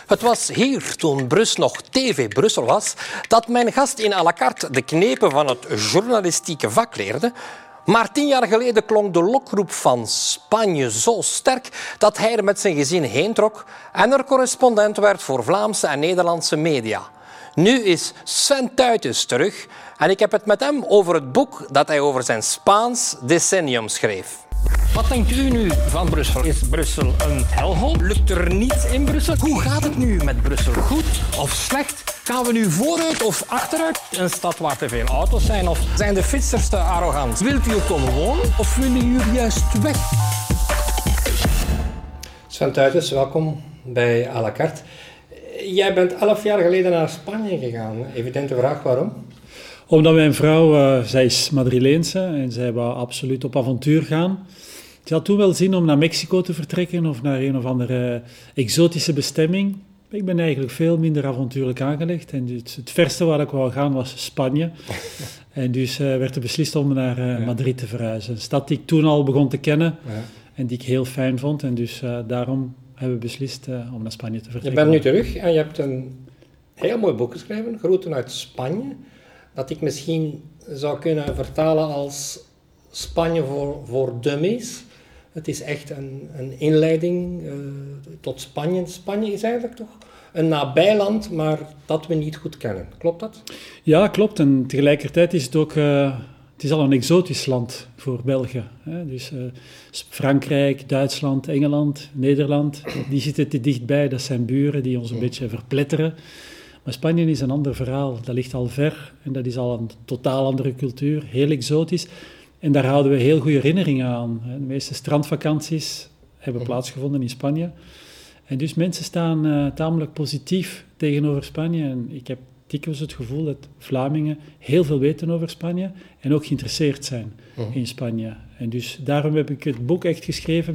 Het was hier, toen Brussel nog TV Brussel was, dat mijn gast in à la carte de knepen van het journalistieke vak leerde. Maar 10 jaar geleden klonk de lokroep van Spanje zo sterk dat hij er met zijn gezin heen trok en er correspondent werd voor Vlaamse en Nederlandse media. Nu is Sven Tuytens terug en ik heb het met hem over het boek dat hij over zijn Spaans decennium schreef. Wat denkt u nu van Brussel? Is Brussel een hellhole? Lukt er niets in Brussel? Hoe gaat het nu met Brussel? Goed of slecht? Gaan we nu vooruit of achteruit? Een stad waar te veel auto's zijn? Of zijn de fietsers te arrogant? Wilt u komen wonen of willen jullie juist weg? Sven Tuytens, welkom bij à la carte. Jij bent 11 jaar geleden naar Spanje gegaan. Evidente vraag, waarom? Omdat mijn vrouw, zij is Madrileense en zij wou absoluut op avontuur gaan. Ze had toen wel zin om naar Mexico te vertrekken of naar een of andere exotische bestemming. Ik ben eigenlijk veel minder avontuurlijk aangelegd en het verste waar ik wou gaan was Spanje. En dus werd er beslist om naar Madrid te verhuizen. Een stad die ik toen al begon te kennen en die ik heel fijn vond. En dus daarom hebben we beslist om naar Spanje te vertrekken. Je bent nu terug en je hebt een heel mooi boek geschreven, Groeten uit Spanje. Dat ik misschien zou kunnen vertalen als Spanje voor dummies. Het is echt een inleiding tot Spanje. Spanje is eigenlijk toch een nabijland, maar dat we niet goed kennen. Klopt dat? Ja, klopt. En tegelijkertijd is het ook het is al een exotisch land voor België. Hè? Dus Frankrijk, Duitsland, Engeland, Nederland, die zitten te dichtbij. Dat zijn buren die ons een beetje verpletteren. Maar Spanje is een ander verhaal. Dat ligt al ver en dat is al een totaal andere cultuur, heel exotisch. En daar houden we heel goede herinneringen aan. De meeste strandvakanties hebben plaatsgevonden in Spanje. En dus mensen staan tamelijk positief tegenover Spanje. En ik heb dikwijls het gevoel dat Vlamingen heel veel weten over Spanje en ook geïnteresseerd zijn in Spanje. En dus daarom heb ik het boek echt geschreven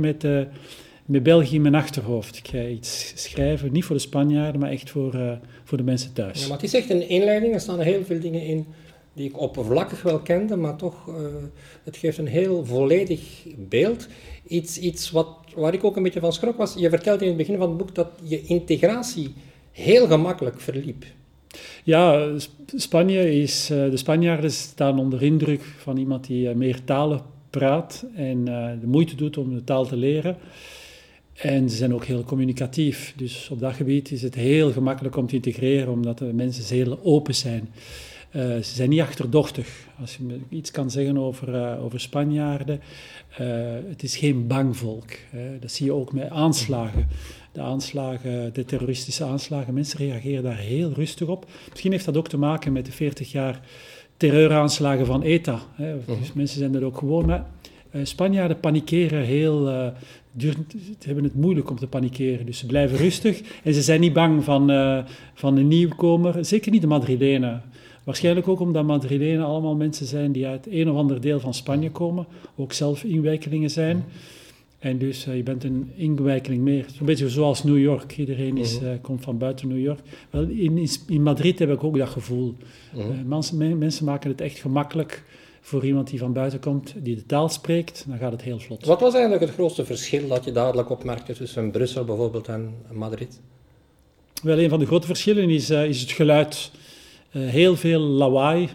met België in mijn achterhoofd. Ik ga iets schrijven, niet voor de Spanjaarden, maar echt voor de mensen thuis. Ja, maar het is echt een inleiding. Er staan heel veel dingen in die ik oppervlakkig wel kende, maar toch, het geeft een heel volledig beeld. Iets waar ik ook een beetje van schrok was. Je vertelde in het begin van het boek dat je integratie heel gemakkelijk verliep. Ja, Spanje is, de Spanjaarden staan onder indruk van iemand die meer talen praat en de moeite doet om de taal te leren. En ze zijn ook heel communicatief. Dus op dat gebied is het heel gemakkelijk om te integreren, omdat de mensen heel open zijn. Ze zijn niet achterdochtig. Als je me iets kan zeggen over Spanjaarden, het is geen bang volk. Dat zie je ook met aanslagen. De terroristische aanslagen, mensen reageren daar heel rustig op. Misschien heeft dat ook te maken met de 40 jaar terreuraanslagen van ETA. Dus mensen zijn er ook gewoon. Maar Spanjaarden panikeren heel... hebben het moeilijk om te panikeren, dus ze blijven rustig. En ze zijn niet bang van een nieuwkomer, zeker niet de Madrilenen. Waarschijnlijk ook omdat Madrilenen allemaal mensen zijn die uit een of ander deel van Spanje komen, ook zelf inwijkelingen zijn. En dus je bent een inwijkeling meer. Zo'n beetje zoals New York. Iedereen komt van buiten New York. Wel, in Madrid heb ik ook dat gevoel. Mensen maken het echt gemakkelijk voor iemand die van buiten komt, die de taal spreekt, dan gaat het heel vlot. Wat was eigenlijk het grootste verschil dat je dadelijk opmerkte tussen Brussel bijvoorbeeld en Madrid? Wel, een van de grote verschillen is het geluid. Heel veel lawaai.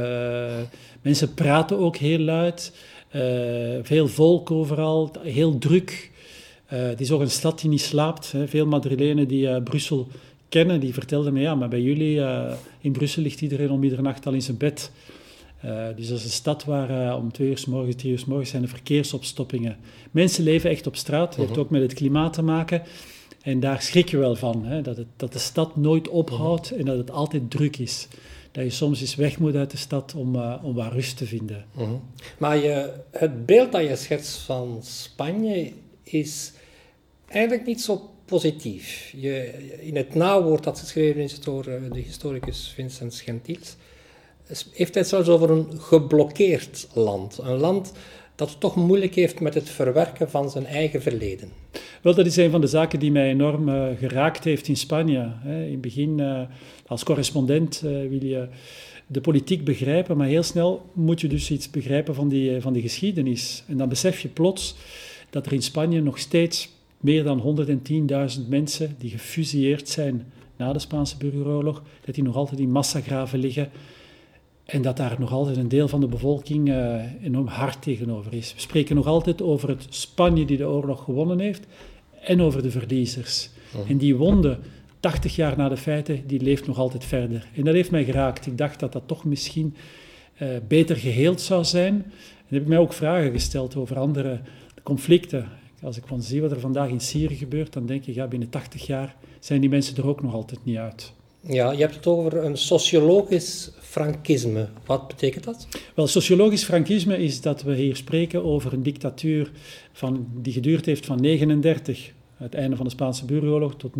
Mensen praten ook heel luid. Veel volk overal. Heel druk. Het is ook een stad die niet slaapt. Hè. Veel Madrilenen die Brussel kennen, die vertelden me, ja, maar bij jullie in Brussel ligt iedereen om middernacht al in zijn bed. Dus dat is een stad waar om 2 uur 's morgens, 3 uur 's morgens zijn er verkeersopstoppingen. Mensen leven echt op straat. Dat heeft ook met het klimaat te maken. En daar schrik je wel van, hè, dat de stad nooit ophoudt en dat het altijd druk is. Dat je soms eens weg moet uit de stad om wat rust te vinden. Maar het beeld dat je schetst van Spanje is eigenlijk niet zo positief. In het nawoord dat geschreven is door de historicus Vincent Gentils, heeft hij het zelfs over een geblokkeerd land. Een land dat het toch moeilijk heeft met het verwerken van zijn eigen verleden. Wel, dat is een van de zaken die mij enorm geraakt heeft in Spanje. In het begin, als correspondent, wil je de politiek begrijpen, maar heel snel moet je dus iets begrijpen van die geschiedenis. En dan besef je plots dat er in Spanje nog steeds meer dan 110.000 mensen die gefusilleerd zijn na de Spaanse burgeroorlog, dat die nog altijd in massagraven liggen en dat daar nog altijd een deel van de bevolking enorm hard tegenover is. We spreken nog altijd over het Spanje die de oorlog gewonnen heeft en over de verliezers. En die wonde 80 jaar na de feiten, die leeft nog altijd verder. En dat heeft mij geraakt. Ik dacht dat dat toch misschien beter geheeld zou zijn. En dan heb ik mij ook vragen gesteld over andere conflicten. Als ik van zie wat er vandaag in Syrië gebeurt, dan denk ik, ja, binnen 80 jaar zijn die mensen er ook nog altijd niet uit. Ja, je hebt het over een sociologisch frankisme. Wat betekent dat? Wel, sociologisch frankisme is dat we hier spreken over een dictatuur die geduurd heeft van 1939, het einde van de Spaanse burgeroorlog, tot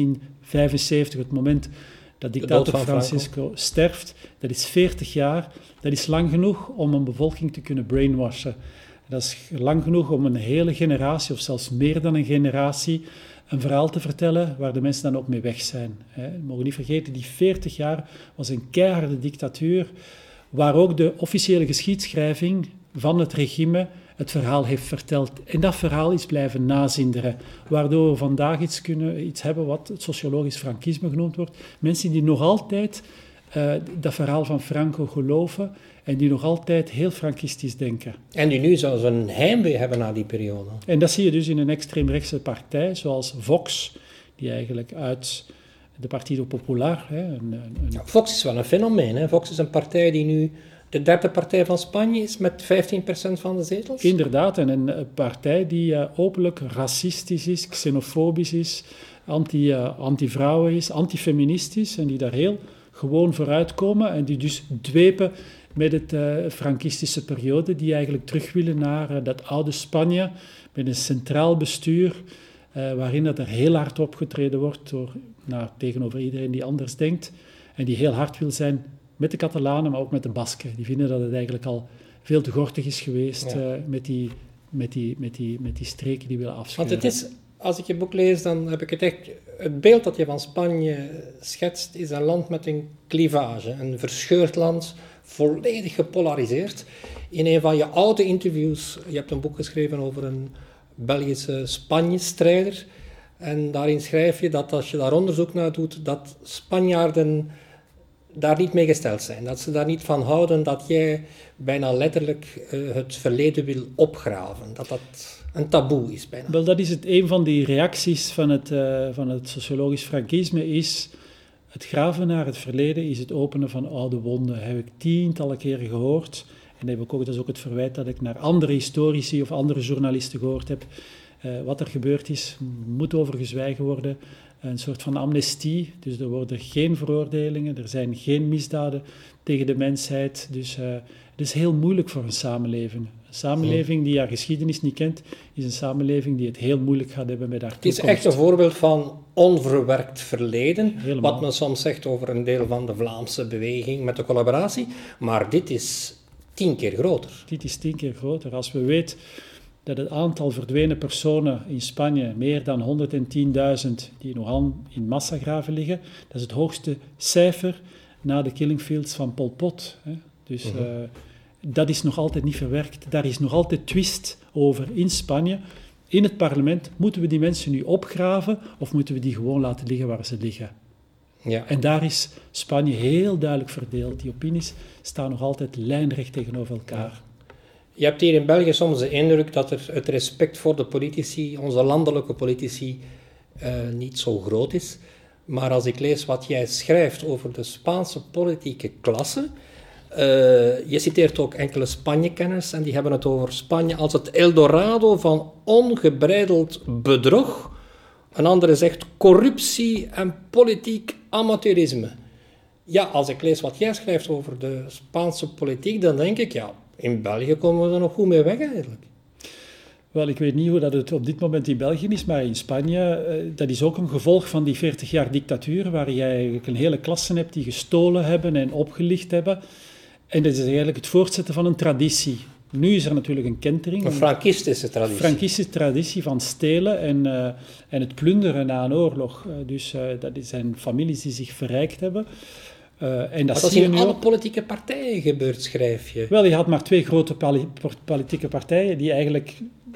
1975, het moment dat dictator Francisco sterft. Dat is 40 jaar. Dat is lang genoeg om een bevolking te kunnen brainwashen. Dat is lang genoeg om een hele generatie, of zelfs meer dan een generatie, een verhaal te vertellen waar de mensen dan ook mee weg zijn. We mogen niet vergeten, die 40 jaar was een keiharde dictatuur, waar ook de officiële geschiedschrijving van het regime het verhaal heeft verteld. En dat verhaal is blijven nazinderen, waardoor we vandaag iets hebben wat het sociologisch frankisme genoemd wordt. Mensen die nog altijd dat verhaal van Franco geloven en die nog altijd heel frankistisch denken. En die nu zelfs een heimwee hebben na die periode. En dat zie je dus in een extreemrechtse partij, zoals Vox, die eigenlijk uit de Partido Popular... Vox is wel een fenomeen. Hè? Vox is een partij die nu de derde partij van Spanje is met 15% van de zetels. Inderdaad, en een partij die openlijk racistisch is, xenofobisch is, anti-vrouwen is, antifeministisch en die daar heel gewoon vooruitkomen en die dus dwepen met het frankistische periode, die eigenlijk terug willen naar dat oude Spanje met een centraal bestuur waarin dat er heel hard opgetreden wordt tegenover iedereen die anders denkt en die heel hard wil zijn met de Catalanen, maar ook met de Basken. Die vinden dat het eigenlijk al veel te gortig is geweest met die streken die willen afschuiven. Want het is, als ik je boek lees, dan heb ik het echt... Het beeld dat je van Spanje schetst, is een land met een clivage. Een verscheurd land, volledig gepolariseerd. In een van je oude interviews, je hebt een boek geschreven over een Belgische Spanje-strijder. En daarin schrijf je dat als je daar onderzoek naar doet, dat Spanjaarden daar niet mee gesteld zijn. Dat ze daar niet van houden dat jij bijna letterlijk het verleden wil opgraven. Dat dat een taboe is bijna. Wel, dat is een van die reacties van het sociologisch frankisme is het graven naar het verleden is het openen van oude wonden. Dat heb ik tientallen keren gehoord. En dat is ook het verwijt dat ik naar andere historici of andere journalisten gehoord heb. Wat er gebeurd is, moet over gezwijgen worden. Een soort van amnestie, dus er worden geen veroordelingen, er zijn geen misdaden tegen de mensheid. Dus het is heel moeilijk voor een samenleving. Een samenleving die haar geschiedenis niet kent, is een samenleving die het heel moeilijk gaat hebben met haar toekomst. Het is echt een voorbeeld van onverwerkt verleden, Helemaal. Wat men soms zegt over een deel van de Vlaamse beweging met de collaboratie, maar dit is 10 keer groter. Dit is 10 keer groter. Als we weten dat het aantal verdwenen personen in Spanje meer dan 110.000 die nog in massagraven liggen, dat is het hoogste cijfer na de killing fields van Pol Pot. Dus dat is nog altijd niet verwerkt. Daar is nog altijd twist over in Spanje. In het parlement, moeten we die mensen nu opgraven of moeten we die gewoon laten liggen waar ze liggen? Ja. En daar is Spanje heel duidelijk verdeeld. Die opinies staan nog altijd lijnrecht tegenover elkaar. Ja. Je hebt hier in België soms de indruk dat het respect voor de politici, onze landelijke politici, niet zo groot is. Maar als ik lees wat jij schrijft over de Spaanse politieke klasse, je citeert ook enkele Spanje-kenners en die hebben het over Spanje als het Eldorado van ongebreideld bedrog. Een andere zegt corruptie en politiek amateurisme. Ja, als ik lees wat jij schrijft over de Spaanse politiek, dan denk ik, ja, in België komen we er nog goed mee weg eigenlijk. Wel, ik weet niet hoe dat het op dit moment in België is, maar in Spanje, dat is ook een gevolg van die 40 jaar dictatuur, waar je eigenlijk een hele klasse hebt die gestolen hebben en opgelicht hebben. En dat is eigenlijk het voortzetten van een traditie. Nu is er natuurlijk een kentering. Een frankistische traditie. Een frankistische traditie van stelen en het plunderen na een oorlog. Dus dat zijn families die zich verrijkt hebben. En dat is in alle politieke partijen gebeurd, schrijf je. Wel, je had maar 2 grote politieke partijen die eigenlijk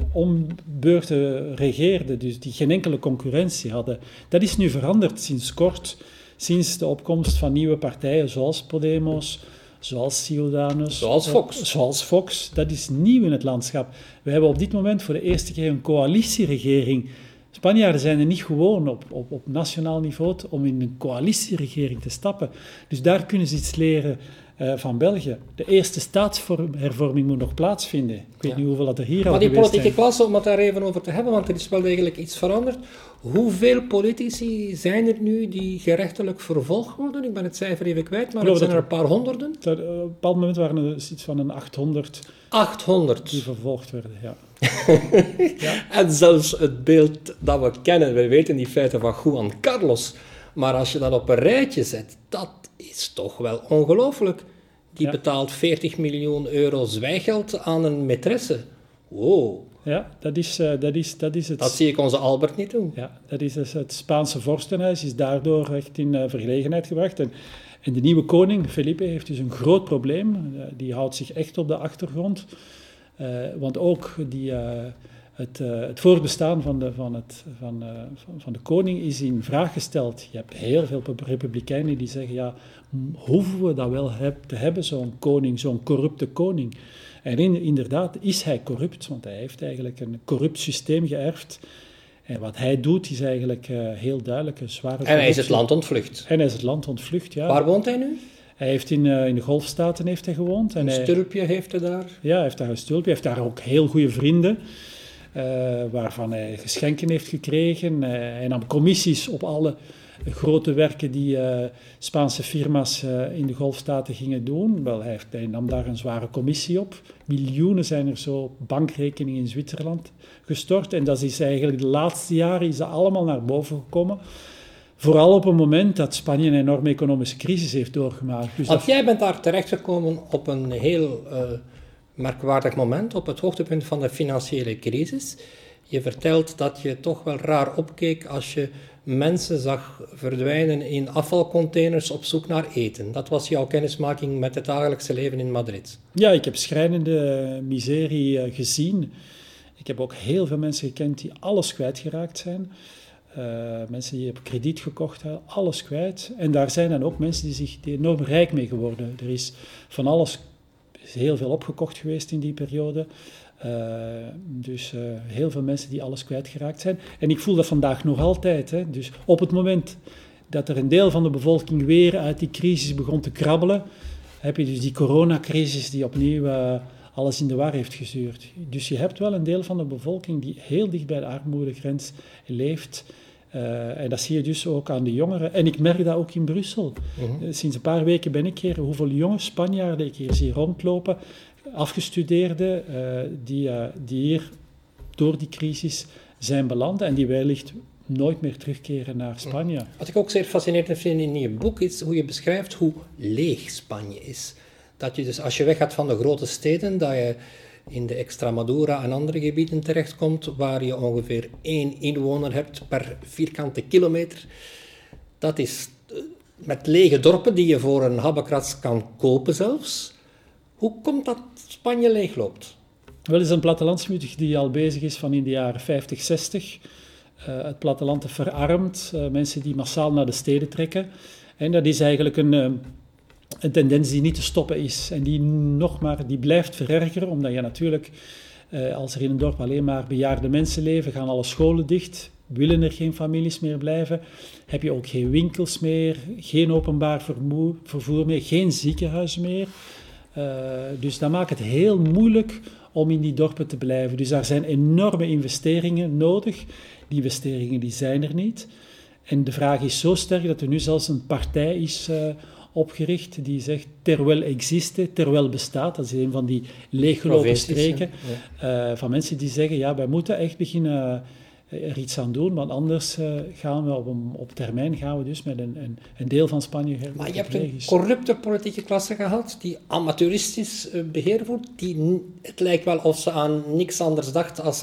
om beurten regeerden, dus die geen enkele concurrentie hadden. Dat is nu veranderd sinds kort, sinds de opkomst van nieuwe partijen zoals Podemos, zoals Ciudadanos. Zoals Vox. Dat is nieuw in het landschap. We hebben op dit moment voor de eerste keer een coalitieregering. Spanjaarden zijn er niet gewoon op nationaal niveau om in een coalitieregering te stappen. Dus daar kunnen ze iets leren van België. De eerste staatshervorming moet nog plaatsvinden. Ik weet niet hoeveel dat er hier al geweest zijn. Maar die politieke klasse, om het daar even over te hebben, want er is wel degelijk iets veranderd. Hoeveel politici zijn er nu die gerechtelijk vervolgd worden? Ik ben het cijfer even kwijt, maar het zijn er een paar honderden. Op een bepaald moment waren er iets van een 800. 800? Die vervolgd werden, ja. Ja. En zelfs het beeld dat we kennen, we weten in feite van Juan Carlos, maar als je dat op een rijtje zet, dat is toch wel ongelooflijk. Die betaalt 40 miljoen euro zwijgeld aan een maîtresse. Wow. Ja, dat is het. Dat zie ik onze Albert niet doen. Ja, dat is dus het Spaanse vorstenhuis, is daardoor echt in verlegenheid gebracht. En de nieuwe koning, Felipe, heeft dus een groot probleem. Die houdt zich echt op de achtergrond. Want ook het voortbestaan van de koning is in vraag gesteld. Je hebt heel veel republikeinen die zeggen, ja, hoeven we dat wel te hebben, zo'n koning, zo'n corrupte koning? En inderdaad is hij corrupt, want hij heeft eigenlijk een corrupt systeem geërfd. En wat hij doet is eigenlijk heel duidelijk een zware corruptie. En hij is het land ontvlucht. Ja. Waar woont hij nu? Hij heeft in de Golfstaten heeft hij gewoond. Een stulpje heeft hij daar? Ja, hij heeft daar een stulpje. Hij heeft daar ook heel goede vrienden, waarvan hij geschenken heeft gekregen. Hij nam commissies op alle grote werken die Spaanse firma's in de Golfstaten gingen doen. Wel, hij nam daar een zware commissie op. Miljoenen zijn er zo op bankrekeningen in Zwitserland gestort. En dat is eigenlijk de laatste jaren is dat allemaal naar boven gekomen. Vooral op een moment dat Spanje een enorme economische crisis heeft doorgemaakt. Dus want jij bent daar terechtgekomen op een heel merkwaardig moment, op het hoogtepunt van de financiële crisis. Je vertelt dat je toch wel raar opkeek als je mensen zag verdwijnen in afvalcontainers op zoek naar eten. Dat was jouw kennismaking met het dagelijkse leven in Madrid. Ja, ik heb schrijnende miserie gezien. Ik heb ook heel veel mensen gekend die alles kwijtgeraakt zijn. Mensen die op krediet gekocht hebben, alles kwijt. En daar zijn dan ook mensen die enorm rijk mee geworden. Er is van alles, is heel veel opgekocht geweest in die periode. Dus heel veel mensen die alles kwijtgeraakt zijn. En ik voel dat vandaag nog altijd. Hè. Dus op het moment dat er een deel van de bevolking weer uit die crisis begon te krabbelen, heb je dus die coronacrisis die opnieuw alles in de war heeft gestuurd. Dus je hebt wel een deel van de bevolking die heel dicht bij de armoedegrens leeft. En dat zie je dus ook aan de jongeren. En ik merk dat ook in Brussel. Uh-huh. Sinds een paar weken ben ik hier. Hoeveel jonge Spanjaarden ik hier zie rondlopen, afgestudeerden, die hier door die crisis zijn beland en die wellicht nooit meer terugkeren naar Spanje. Wat ik ook zeer fascinerend vind in je boek is hoe je beschrijft hoe leeg Spanje is. Dat je dus als je weggaat van de grote steden, dat je in de Extremadura en andere gebieden terechtkomt, waar je ongeveer 1 inwoner hebt per vierkante kilometer. Dat is met lege dorpen die je voor een habbekrats kan kopen zelfs. Hoe komt dat Spanje leegloopt? Wel, is een plattelandsmutig die al bezig is van in de jaren 50, 60. Het platteland verarmt, mensen die massaal naar de steden trekken. En dat is eigenlijk een tendens die niet te stoppen is en die blijft verergeren, omdat je natuurlijk, als er in een dorp alleen maar bejaarde mensen leven, gaan alle scholen dicht, willen er geen families meer blijven, heb je ook geen winkels meer, geen openbaar vervoer meer, geen ziekenhuis meer. Dus dat maakt het heel moeilijk om in die dorpen te blijven. Dus daar zijn enorme investeringen nodig. Die investeringen die zijn er niet. En de vraag is zo sterk dat er nu zelfs een partij is opgericht die zegt terwijl existe, terwijl bestaat. Dat is een van die leeggelopen streken van mensen die zeggen ja, wij moeten echt beginnen er iets aan doen, want anders gaan we op termijn gaan we dus met een deel van Spanje. Maar je hebt een corrupte politieke klasse gehad die amateuristisch beheer voert, die het lijkt wel of ze aan niks anders dacht als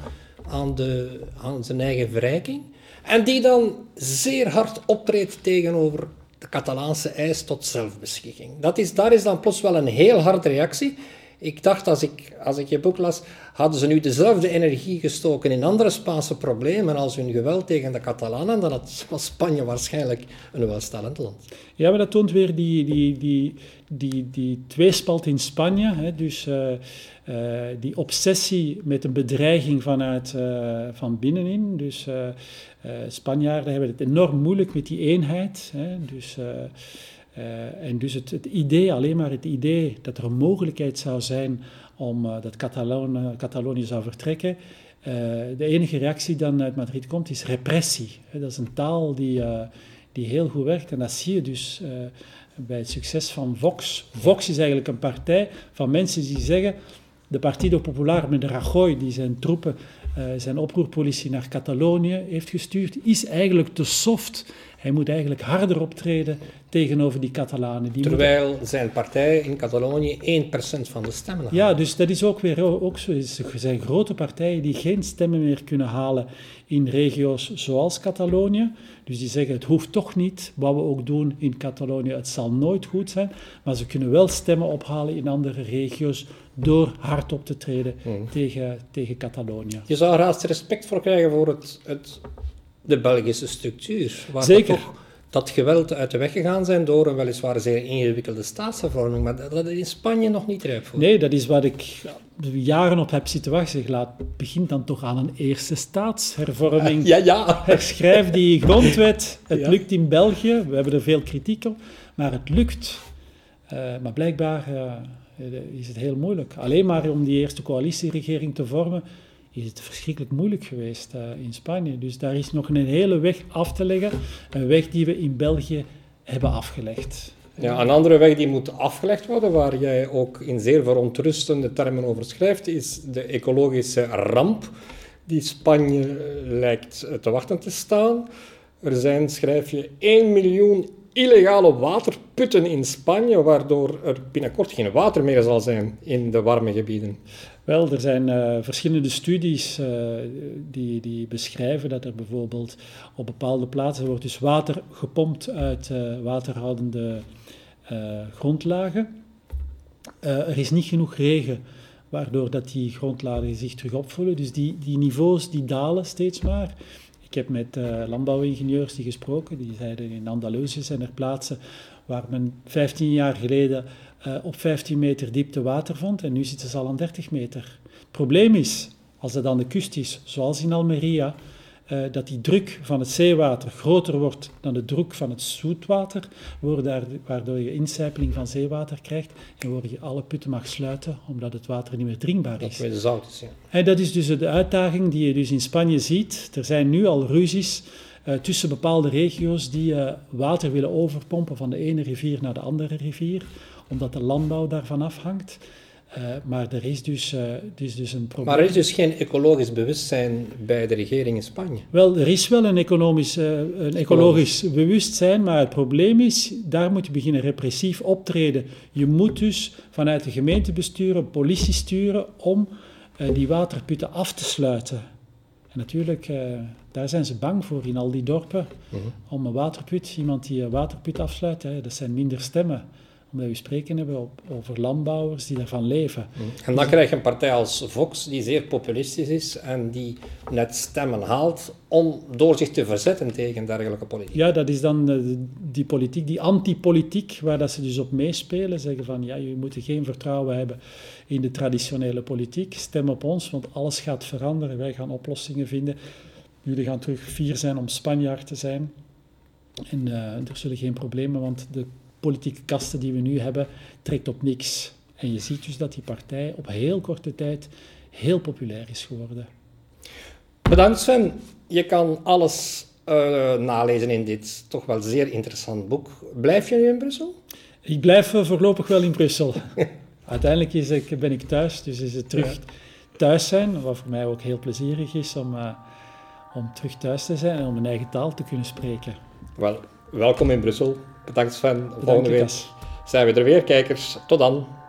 aan zijn eigen verrijking. En die dan zeer hard optreedt tegenover de Catalaanse eis tot zelfbeschikking. Daar is dan plots wel een heel harde reactie. Ik dacht, als ik je boek las, hadden ze nu dezelfde energie gestoken in andere Spaanse problemen als hun geweld tegen de Catalanen, dan was Spanje waarschijnlijk een welstellend land. Ja, maar dat toont weer die tweespalt in Spanje. Hè? Dus die obsessie met een bedreiging van binnenin. Dus Spanjaarden hebben het enorm moeilijk met die eenheid. Hè? En dus het idee, alleen maar het idee dat er een mogelijkheid zou zijn om dat Catalonië zou vertrekken. De enige reactie dan uit Madrid komt is repressie. Dat is een taal die heel goed werkt. En dat zie je dus bij het succes van Vox. Vox is eigenlijk een partij van mensen die zeggen, de Partido Popular met Rajoy, die zijn troepen, zijn oproerpolitie naar Catalonië heeft gestuurd, is eigenlijk te soft. Hij moet eigenlijk harder optreden tegenover die Catalanen. Terwijl zijn partij in Catalonië 1% van de stemmen had. Ja, dus dat is ook zo. Er zijn grote partijen die geen stemmen meer kunnen halen in regio's zoals Catalonië. Dus die zeggen, het hoeft toch niet, wat we ook doen in Catalonië, het zal nooit goed zijn. Maar ze kunnen wel stemmen ophalen in andere regio's door hard op te treden tegen Catalonië. Je zou er haast respect voor krijgen voor de Belgische structuur. Waar Zeker. Toch dat geweld uit de weg gegaan zijn door een weliswaar zeer ingewikkelde staatshervorming, maar dat is in Spanje nog niet rijp voor. Nee, dat is wat ik jaren op heb zitten wachten. Het begint dan toch aan een eerste staatshervorming. Ja. Herschrijf die grondwet. Het lukt in België. We hebben er veel kritiek op, maar het lukt. Maar blijkbaar is het heel moeilijk. Alleen maar om die eerste coalitieregering te vormen, is het verschrikkelijk moeilijk geweest in Spanje. Dus daar is nog een hele weg af te leggen. Een weg die we in België hebben afgelegd. Ja, een andere weg die moet afgelegd worden, waar jij ook in zeer verontrustende termen over schrijft, is de ecologische ramp die Spanje lijkt te wachten te staan. Er zijn, schrijf je, 1 miljoen illegale waterputten in Spanje, waardoor er binnenkort geen water meer zal zijn in de warme gebieden. Wel, er zijn verschillende studies die beschrijven dat er bijvoorbeeld op bepaalde plaatsen wordt dus water gepompt uit waterhoudende grondlagen. Er is niet genoeg regen, waardoor dat die grondlagen zich terug opvullen. Dus die niveaus die dalen steeds maar. Ik heb met landbouwingenieurs die gesproken, die zeiden in Andalusië zijn er plaatsen waar men 15 jaar geleden op 15 meter diepte water vond en nu zitten ze al aan 30 meter. Het probleem is, als het aan de kust is, zoals in Almeria, dat die druk van het zeewater groter wordt dan de druk van het zoetwater, waardoor je insijpeling van zeewater krijgt en waar je alle putten mag sluiten, omdat het water niet meer drinkbaar is. Dat weer zout is, ja. En dat is dus de uitdaging die je dus in Spanje ziet. Er zijn nu al ruzies tussen bepaalde regio's die water willen overpompen van de ene rivier naar de andere rivier, omdat de landbouw daarvan afhangt. Maar er is dus een probleem. Maar er is dus geen ecologisch bewustzijn bij de regering in Spanje? Wel, er is wel een ecologisch bewustzijn, maar het probleem is, daar moet je beginnen repressief optreden. Je moet dus vanuit de gemeentebesturen politie sturen om die waterputten af te sluiten. En natuurlijk, daar zijn ze bang voor in al die dorpen, om een waterput, iemand die een waterput afsluit, dat zijn minder stemmen. Omdat we spreken hebben over landbouwers die daarvan leven. En dan krijg je een partij als Vox, die zeer populistisch is en die net stemmen haalt door zich te verzetten tegen dergelijke politiek. Ja, dat is dan die politiek, die antipolitiek, waar dat ze dus op meespelen. Zeggen van, ja, jullie moeten geen vertrouwen hebben in de traditionele politiek. Stem op ons, want alles gaat veranderen. Wij gaan oplossingen vinden. Jullie gaan terug fier zijn om Spanjaard te zijn. En er zullen geen problemen, want de politieke kasten die we nu hebben, trekt op niks. En je ziet dus dat die partij op heel korte tijd heel populair is geworden. Bedankt Sven. Je kan alles nalezen in dit toch wel zeer interessant boek. Blijf je nu in Brussel? Ik blijf voorlopig wel in Brussel. Uiteindelijk ben ik thuis, dus is het terug thuis zijn, wat voor mij ook heel plezierig is om terug thuis te zijn en om mijn eigen taal te kunnen spreken. Wel, welkom in Brussel. Bedankt Sven. Volgende week zijn we er weer, kijkers. Tot dan.